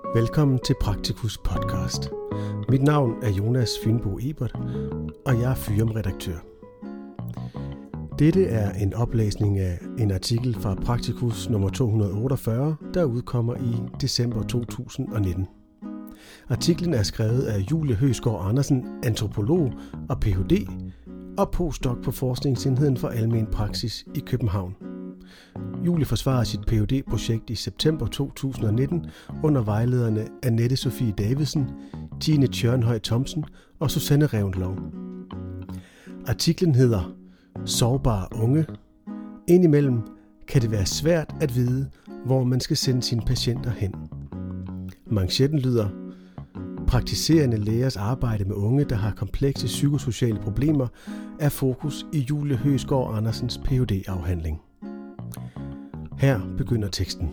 Velkommen til Praktikus podcast. Mit navn er Jonas Fynbo Ebert, og jeg er Fyrum-redaktør. Dette er en oplæsning af en artikel fra Praktikus nummer 248, der udkommer i december 2019. Artiklen er skrevet af Julie Høsgaard Andersen, antropolog og Ph.D. og postdoc på Forskningsenheden for Almen Praksis i København. Julie forsvarede sit Ph.D.-projekt i september 2019 under vejlederne Annette Sofie Davidsen, Tine Tjørnhøj Thomsen og Susanne Revnlov. Artiklen hedder Sårbare unge. Indimellem kan det være svært at vide, hvor man skal sende sine patienter hen. Manchetten lyder: Praktiserende lægers arbejde med unge, der har komplekse psykosociale problemer, er fokus i Julie Høsgaard Andersens Ph.D.-afhandling. Her begynder teksten.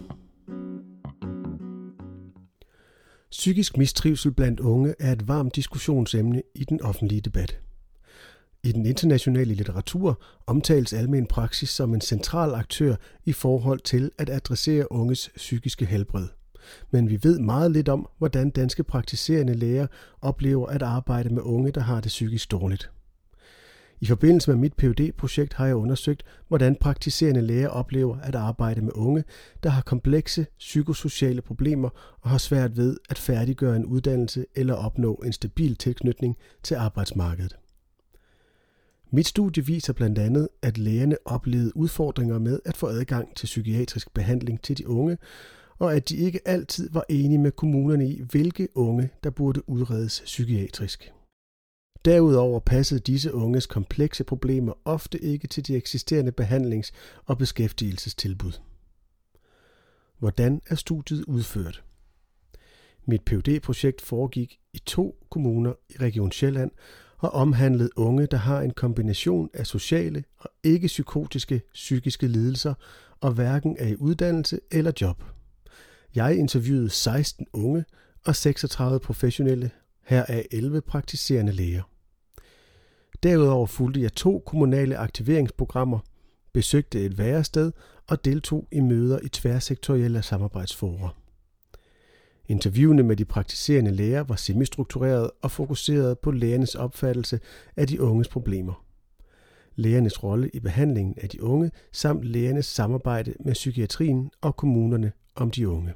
Psykisk mistrivsel blandt unge er et varmt diskussionsemne i den offentlige debat. I den internationale litteratur omtales almen praksis som en central aktør i forhold til at adressere unges psykiske helbred. Men vi ved meget lidt om, hvordan danske praktiserende læger oplever at arbejde med unge, der har det psykisk dårligt. I forbindelse med mit Ph.D.-projekt har jeg undersøgt, hvordan praktiserende læger oplever at arbejde med unge, der har komplekse psykosociale problemer og har svært ved at færdiggøre en uddannelse eller opnå en stabil tilknytning til arbejdsmarkedet. Mit studie viser blandt andet, at lægerne oplevede udfordringer med at få adgang til psykiatrisk behandling til de unge, og at de ikke altid var enige med kommunerne i, hvilke unge, der burde udredes psykiatrisk. Derudover passede disse unges komplekse problemer ofte ikke til de eksisterende behandlings- og beskæftigelsestilbud. Hvordan er studiet udført? Mit Ph.D.-projekt foregik i 2 kommuner i Region Sjælland og omhandlede unge, der har en kombination af sociale og ikke-psykotiske psykiske lidelser og hverken er i uddannelse eller job. Jeg interviewede 16 unge og 36 professionelle, heraf 11 praktiserende læger. Derudover fulgte jeg 2 kommunale aktiveringsprogrammer, besøgte et værested og deltog i møder i tværsektorielle samarbejdsfora. Interviewene med de praktiserende læger var semistruktureret og fokuseret på lægernes opfattelse af de unges problemer. Lægernes rolle i behandlingen af de unge samt lægernes samarbejde med psykiatrien og kommunerne om de unge.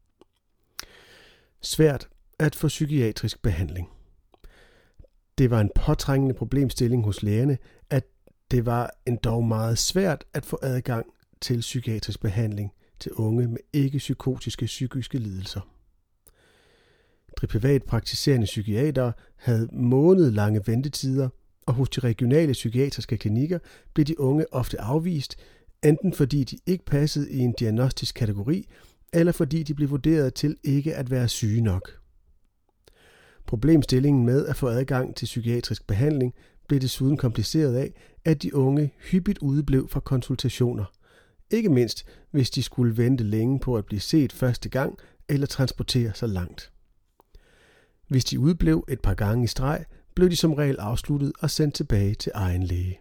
Svært at få psykiatrisk behandling. Det var en påtrængende problemstilling hos lægerne, at det var endog meget svært at få adgang til psykiatrisk behandling til unge med ikke-psykotiske psykiske lidelser. De privatpraktiserende psykiatere havde månedlange ventetider, og hos de regionale psykiatriske klinikker blev de unge ofte afvist, enten fordi de ikke passede i en diagnostisk kategori, eller fordi de blev vurderet til ikke at være syge nok. Problemstillingen med at få adgang til psykiatrisk behandling blev desuden kompliceret af, at de unge hyppigt udeblev fra konsultationer. Ikke mindst, hvis de skulle vente længe på at blive set første gang eller transportere sig langt. Hvis de udeblev et par gange i streg, blev de som regel afsluttet og sendt tilbage til egen læge.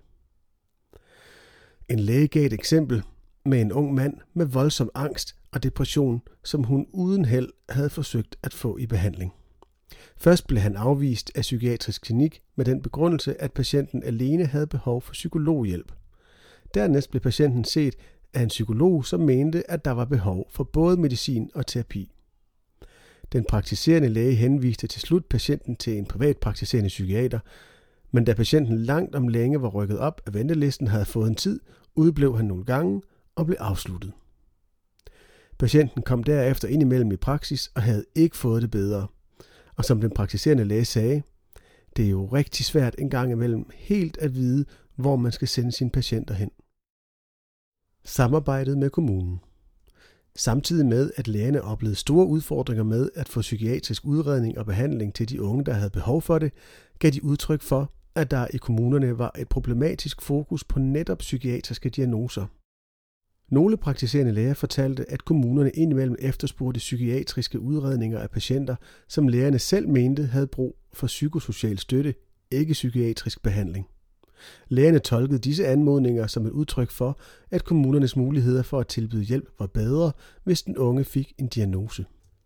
En læge gav et eksempel med en ung mand med voldsom angst og depression, som hun uden held havde forsøgt at få i behandling. Først blev han afvist af psykiatrisk klinik med den begrundelse, at patienten alene havde behov for psykologhjælp. Dernæst blev patienten set af en psykolog, som mente, at der var behov for både medicin og terapi. Den praktiserende læge henviste til slut patienten til en privatpraktiserende psykiater, men da patienten langt om længe var rykket op af ventelisten, havde fået en tid, udeblev han nogle gange og blev afsluttet. Patienten kom derefter indimellem i praksis og havde ikke fået det bedre. Og som den praktiserende læge sagde, det er jo rigtig svært en gang imellem helt at vide, hvor man skal sende sine patienter hen. Samarbejdet med kommunen. Samtidig med, at lægerne oplevede store udfordringer med at få psykiatrisk udredning og behandling til de unge, der havde behov for det, gav de udtryk for, at der i kommunerne var et problematisk fokus på netop psykiatriske diagnoser. Nogle praktiserende læger fortalte, at kommunerne indimellem efterspurgte psykiatriske udredninger af patienter, som lægerne selv mente havde brug for psykosocial støtte, ikke psykiatrisk behandling. Lægerne tolkede disse anmodninger som et udtryk for, at kommunernes muligheder for at tilbyde hjælp var bedre, hvis den unge fik en diagnose.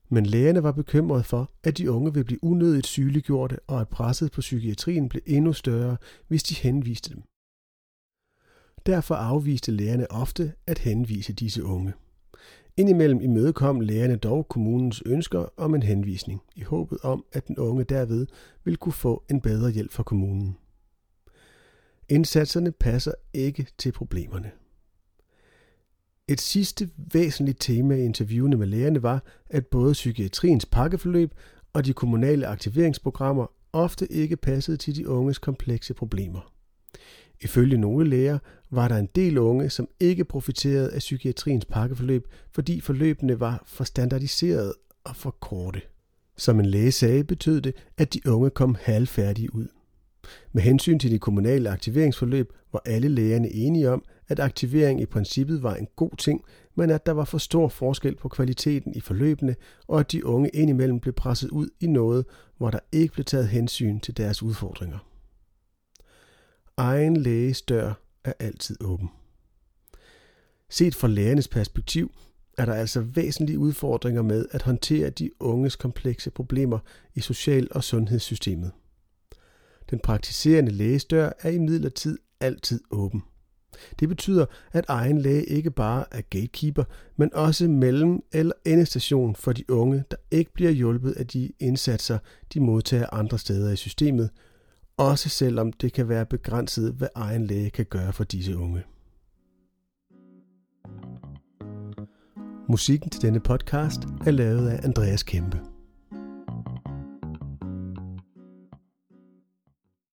Men lægerne var bekymrede for, at de unge ville blive unødigt sygeliggjorte, og at presset på psykiatrien blev endnu større, hvis de henviste dem. Derfor afviste lægerne ofte at henvise disse unge. Indimellem imødekom lægerne dog kommunens ønsker om en henvisning, i håbet om, at den unge derved ville kunne få en bedre hjælp fra kommunen. Indsatserne passer ikke til problemerne. Et sidste væsentligt tema i interviewene med lægerne var, at både psykiatriens pakkeforløb og de kommunale aktiveringsprogrammer ofte ikke passede til de unges komplekse problemer. Ifølge nogle læger var der en del unge, som ikke profiterede af psykiatriens pakkeforløb, fordi forløbene var for standardiserede og for korte. Som en læge sagde, betød det, at de unge kom halvfærdige ud. Med hensyn til de kommunale aktiveringsforløb var alle lægerne enige om, at aktivering i princippet var en god ting, men at der var for stor forskel på kvaliteten i forløbene, og at de unge indimellem blev presset ud i noget, hvor der ikke blev taget hensyn til deres udfordringer. Egen læges dør er altid åben. Set fra lægernes perspektiv er der altså væsentlige udfordringer med at håndtere de unges komplekse problemer i social- og sundhedssystemet. Den praktiserende læges dør er imidlertid altid åben. Det betyder, at egen læge ikke bare er gatekeeper, men også mellem- eller endestation for de unge, der ikke bliver hjulpet af de indsatser, de modtager andre steder i systemet, også selvom det kan være begrænset, hvad egen læge kan gøre for disse unge. Musikken til denne podcast er lavet af Andreas Kæmpe.